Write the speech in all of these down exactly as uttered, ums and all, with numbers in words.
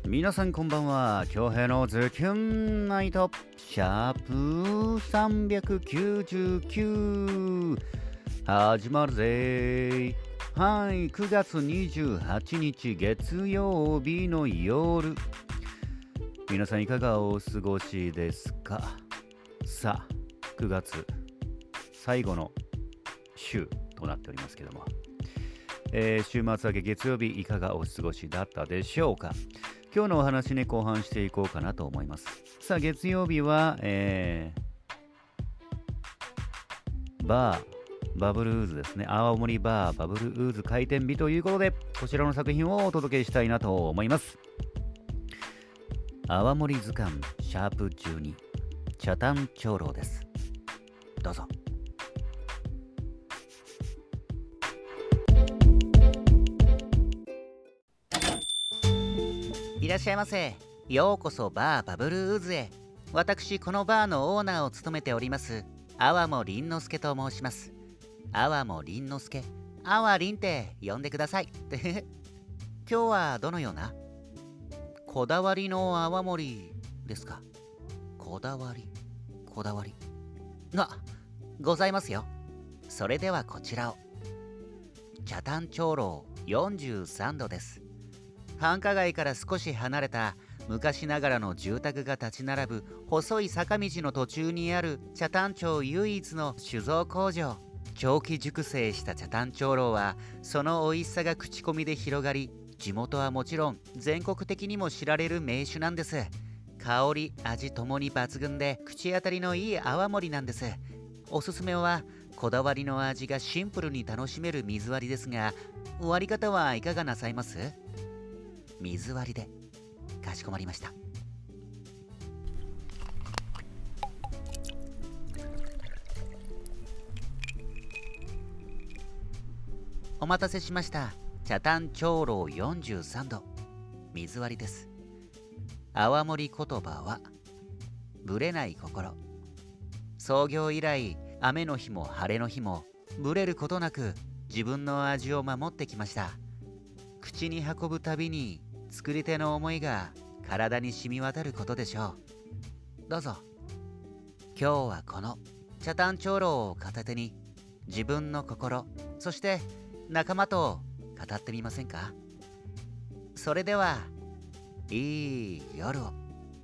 皆さんこんばんは。京平のズキュンナイトシャープさんびゃくきゅうじゅうきゅう始まるぜ。はい、くがつにじゅうはちにち月曜日の夜、皆さんいかがお過ごしですか？さあ、くがつ最後の週となっておりますけども、えー、週末明け月曜日いかがお過ごしだったでしょうか？今日のお話ね、後半していこうかなと思います。さあ、月曜日は、えー、バーバブルウーズですね。青森バーバブルウーズ開店日ということで、こちらの作品をお届けしたいなと思います。泡盛図鑑シャープじゅうに茶炭長老です。どうぞ。いらっしゃいませ。ようこそバーバブルウーズへ。私このバーのオーナーを務めております泡盛凛之助と申します。泡盛凛之助、あわりんって呼んでください。今日はどのようなこだわりの泡盛ですか？こだわりこだわりがございますよ。それではこちらを。茶炭長老よんじゅうさんどです。繁華街から少し離れた昔ながらの住宅が立ち並ぶ細い坂道の途中にある茶炭町唯一の酒造工場。長期熟成した茶炭長老はその美味しさが口コミで広がり、地元はもちろん全国的にも知られる名酒なんです。香り味ともに抜群で口当たりのいい泡盛なんです。おすすめはこだわりの味がシンプルに楽しめる水割りですが、割り方はいかがなさいます？水割りでかしこまりました。お待たせしました。茶炭長老よんじゅうさんど水割りです。泡盛言葉はぶれない心。創業以来雨の日も晴れの日もぶれることなく自分の味を守ってきました。口に運ぶたびに作り手の思いが体に染み渡ることでしょう。どうぞ。今日はこの茶炭長老を片手に自分の心、そして仲間と語ってみませんか？それではいい夜を。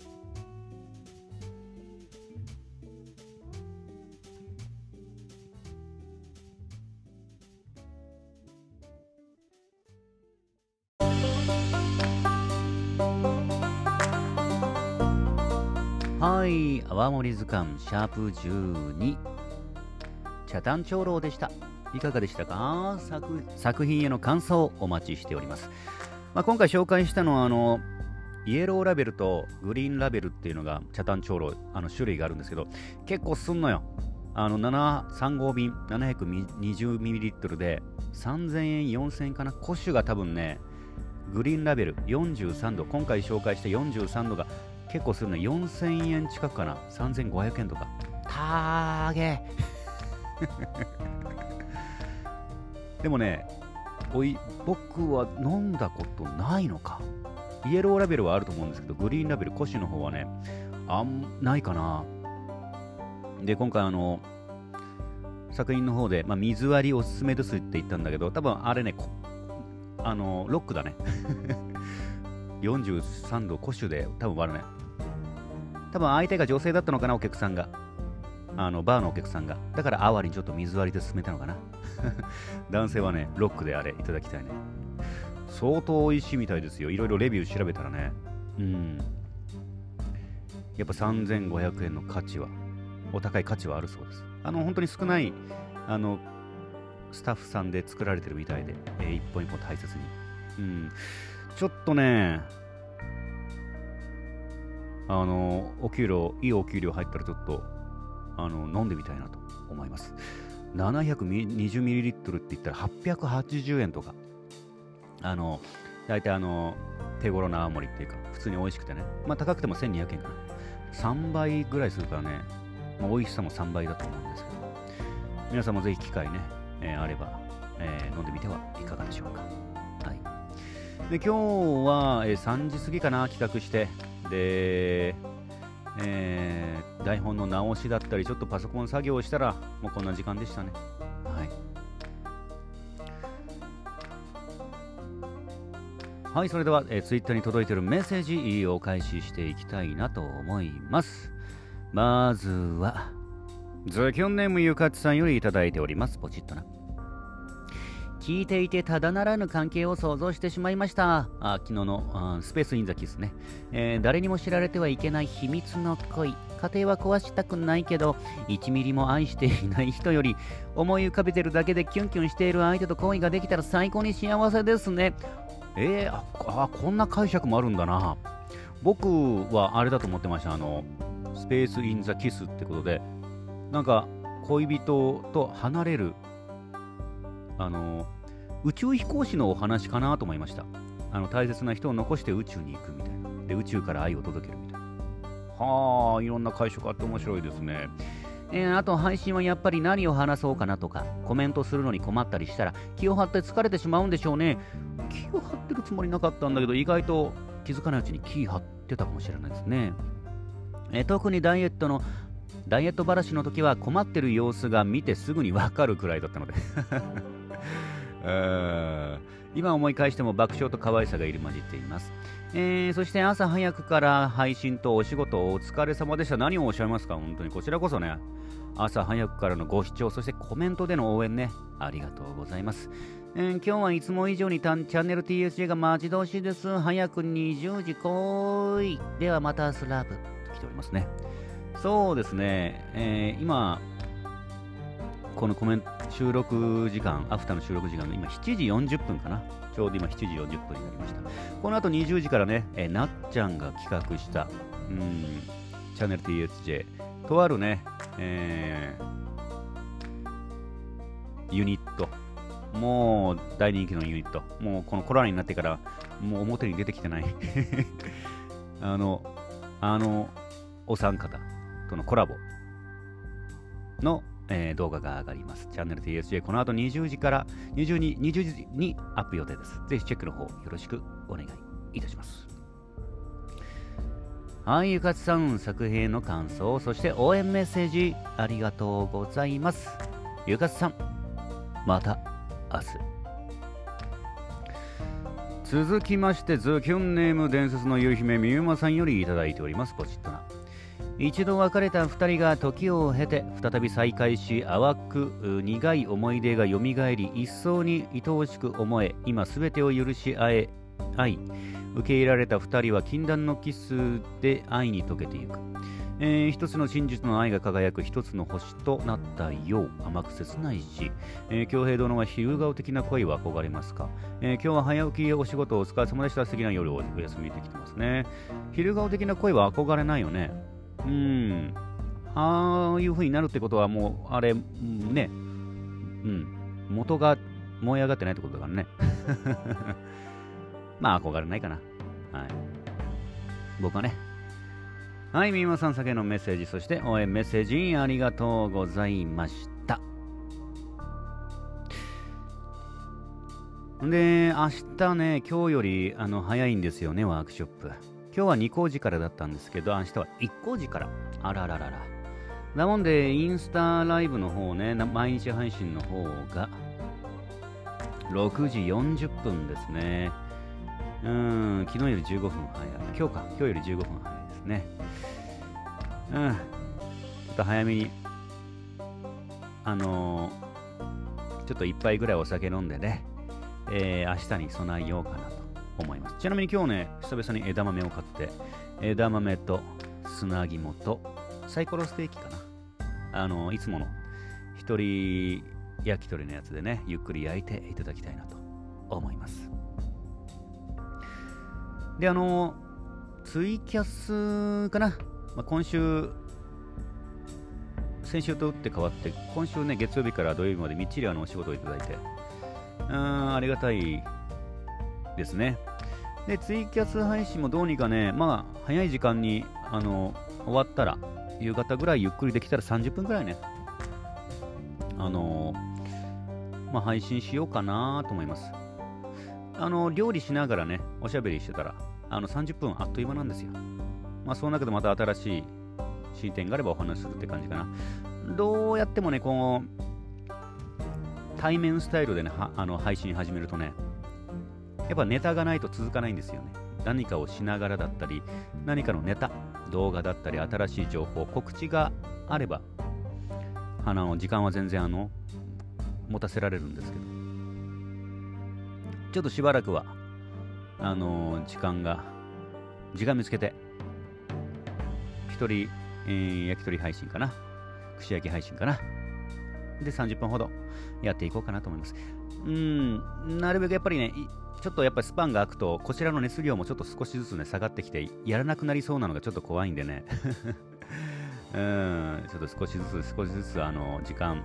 はい、泡盛図鑑シャープじゅうに茶炭長老でした。いかがでしたか？ 作, 作品への感想をお待ちしております。まあ、今回紹介したのはあのイエローラベルとグリーンラベルっていうのが茶炭長老、あの種類があるんですけど、結構すんのよ。あのさんごうびんななひゃくにじゅうミリリットル でさんぜんえんよんせんえんかな。古酒が多分ね、グリーンラベルよんじゅうさんど、今回紹介したよんじゅうさんどが結構するのよんせんえん近くかな。さんぜんごひゃくえんとか。たーげでもね、おい僕は飲んだことないのか。イエローラベルはあると思うんですけど、グリーンラベル古酒の方はね、あんないかな。で、今回あの作品の方で、まあ、水割りおすすめですって言ったんだけど、多分あれね、あのロックだねよんじゅうさんど古酒で多分割るね。多分相手が女性だったのかな、お客さんが。あのバーのお客さんが。だからあわりにちょっと水割りで勧めたのかな男性はね、ロックであれいただきたいね。相当美味しいみたいですよ。いろいろレビュー調べたらね。うん。やっぱさんぜんごひゃくえんの価値は、お高い価値はあるそうです。あの、本当に少ない、あの、スタッフさんで作られてるみたいで、えー、一本一本大切に。うん。ちょっとね、あの、お給料、いいお給料入ったらちょっと、あの、飲んでみたいなと思います。ななひゃくにじゅうミリリットル って言ったらはっぴゃくはちじゅうえんとか。あの、大体あの、手頃な泡盛っていうか、普通に美味しくてね。まあ高くてもせんにひゃくえんかな。さんばいぐらいするからね、まあ、美味しさもさんばいだと思うんですけど、皆さんもぜひ機会ね、えー、あれば、えー、飲んでみてはいかがでしょうか。はい。 で今日は、えー、さんじ過ぎかな、企画して、で、えー、台本の直しだったり、ちょっとパソコン作業をしたら、もうこんな時間でしたね。はい。はい、それでは、えー、ツイッターに届いているメッセージをお返ししていきたいなと思います。まずは、ズキョンネームゆかつさんよりいただいております。ポチッとな。聞いていてただならぬ関係を想像してしまいました。あ昨日のあスペースインザキスね、えー、誰にも知られてはいけない秘密の恋。家庭は壊したくないけどいちミリも愛していない人より思い浮かべてるだけでキュンキュンしている相手と恋ができたら最高に幸せですね。えー、ああこんな解釈もあるんだな。僕はあれだと思ってました。あのスペースインザキスってことで、なんか恋人と離れるあの宇宙飛行士のお話かなと思いました。あの大切な人を残して宇宙に行くみたいな。で宇宙から愛を届けるみたいな。はあ、いろんな解釈あって面白いですね。えー、あと配信はやっぱり何を話そうかなとかコメントするのに困ったりしたら気を張って疲れてしまうんでしょうね。気を張ってるつもりなかったんだけど意外と気づかないうちに気張ってたかもしれないですね。えー、特にダイエットのダイエット話の時は困ってる様子が見てすぐにわかるくらいだったので今思い返しても爆笑と可愛さが入り混じっています。えー、そして朝早くから配信とお仕事お疲れ様でした。何をおっしゃいますか。本当にこちらこそね、朝早くからのご視聴、そしてコメントでの応援ね、ありがとうございます。えー、今日はいつも以上にチャンネル ティーエスジェー が待ち遠しいです。早くにじゅうじ来い。ではまたスラブと来ておりますね。そうですね、えー、今このコメント収録時間、アフターの収録時間が今しちじよんじゅっぷんかな。ちょうど今しちじよんじゅっぷんになりました。この後にじゅうじからね、えー、なっちゃんが企画したうんチャンネル ティーエスジェー とあるね、えー、ユニット、もう大人気のユニット、もうこのコロナになってからもう表に出てきてないあのあのお三方とのコラボのえー、動画が上がります。チャンネル ティーエスジェー この後にじゅうじからにじゅうに、にじゅうじにアップ予定です。ぜひチェックの方よろしくお願いいたします。はい、ゆかつさん、作品の感想、そして応援メッセージありがとうございます。ゆかつさん、また明日。続きまして、ズキュンネーム伝説の夕姫みゆまさんよりいただいております。ポチッとな。一度別れた二人が時を経て再び再会し淡く苦い思い出がよみがえり一層に愛おしく思え今すべてを許し合え合い受け入れられた二人は禁断のキスで愛に溶けていく、えー、一つの真実の愛が輝く一つの星となったよう甘く切ないし、えー、京平殿は昼顔的な恋は憧れますか、えー、今日は早起きお仕事お疲れ様でした。素敵な夜をお休みできてますね。昼顔的な恋は憧れないよね。うん、ああいう風になるってことはもうあれね、うん、元が燃え上がってないってことだからねまあ憧れないかな。はい、僕はね。はい、みまさん先のメッセージ、そして応援メッセージありがとうございました。で、明日ね、今日よりあの早いんですよね、ワークショップ。今日はにこじからだったんですけど、明日はいっこじから。あらららら。なもんで、インスタライブの方ね、毎日配信の方が、ろくじよんじゅっぷんですね。うーん、昨日よりじゅうごふん早い。今日か、今日よりじゅうごふん早いですね。うん。ちょっと早めに、あのー、ちょっと一杯ぐらいお酒飲んでね、えー、明日に備えようかなと思います。ちなみに今日ね、久々に枝豆を買って、枝豆と砂肝とサイコロステーキかな。あの、いつもの一人焼き鳥のやつでね、ゆっくり焼いていただきたいなと思います。で、あの、ツイキャスかな。まあ、今週、先週と打って変わって、今週ね、月曜日から土曜日までみっちりあのお仕事をいただいて、うーん、ありがたいですね。で、ツイキャス配信もどうにかね、まあ、早い時間に、あの、終わったら、夕方ぐらいゆっくりできたらさんじゅっぷんぐらいね、あの、まあ、配信しようかなと思います。 あの料理しながらねおしゃべりしてたらあのさんじゅっぷんあっという間なんですよ。まあその中でまた新しい進展があればお話しするって感じかな。どうやってもねこう対面スタイルでねはあの配信始めるとねやっぱネタがないと続かないんですよね。何かをしながらだったり何かのネタ動画だったり新しい情報告知があればあの時間は全然あの持たせられるんですけど、ちょっとしばらくはあの時間が時間見つけて一人、えー、焼き鳥配信かな串焼き配信かなでさんじゅっぷんほどやっていこうかなと思います。うーんなるべくやっぱりねちょっとやっぱりスパンが空くとこちらの熱量もちょっと少しずつね下がってきてやらなくなりそうなのがちょっと怖いんでねうんちょっと少しずつ少しずつあの時間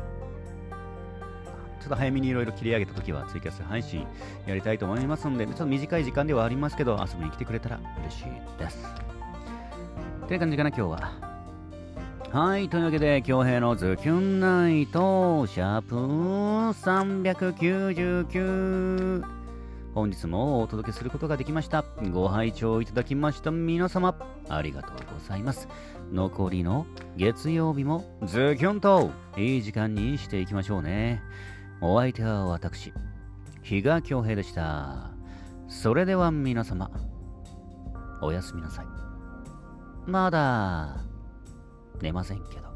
ちょっと早めにいろいろ切り上げたときはツイキャス配信やりたいと思いますので、ちょっと短い時間ではありますけど遊びに来てくれたら嬉しいです。って感じかな今日は。はい、というわけで、京平のズキュンナイト、シャープさんびゃくきゅうじゅうきゅう。本日もお届けすることができました。ご拝聴いただきました皆様、ありがとうございます。残りの月曜日もズキュンといい時間にしていきましょうね。お相手は私、比嘉京平でした。それでは皆様、おやすみなさい。まだ寝ませんけど。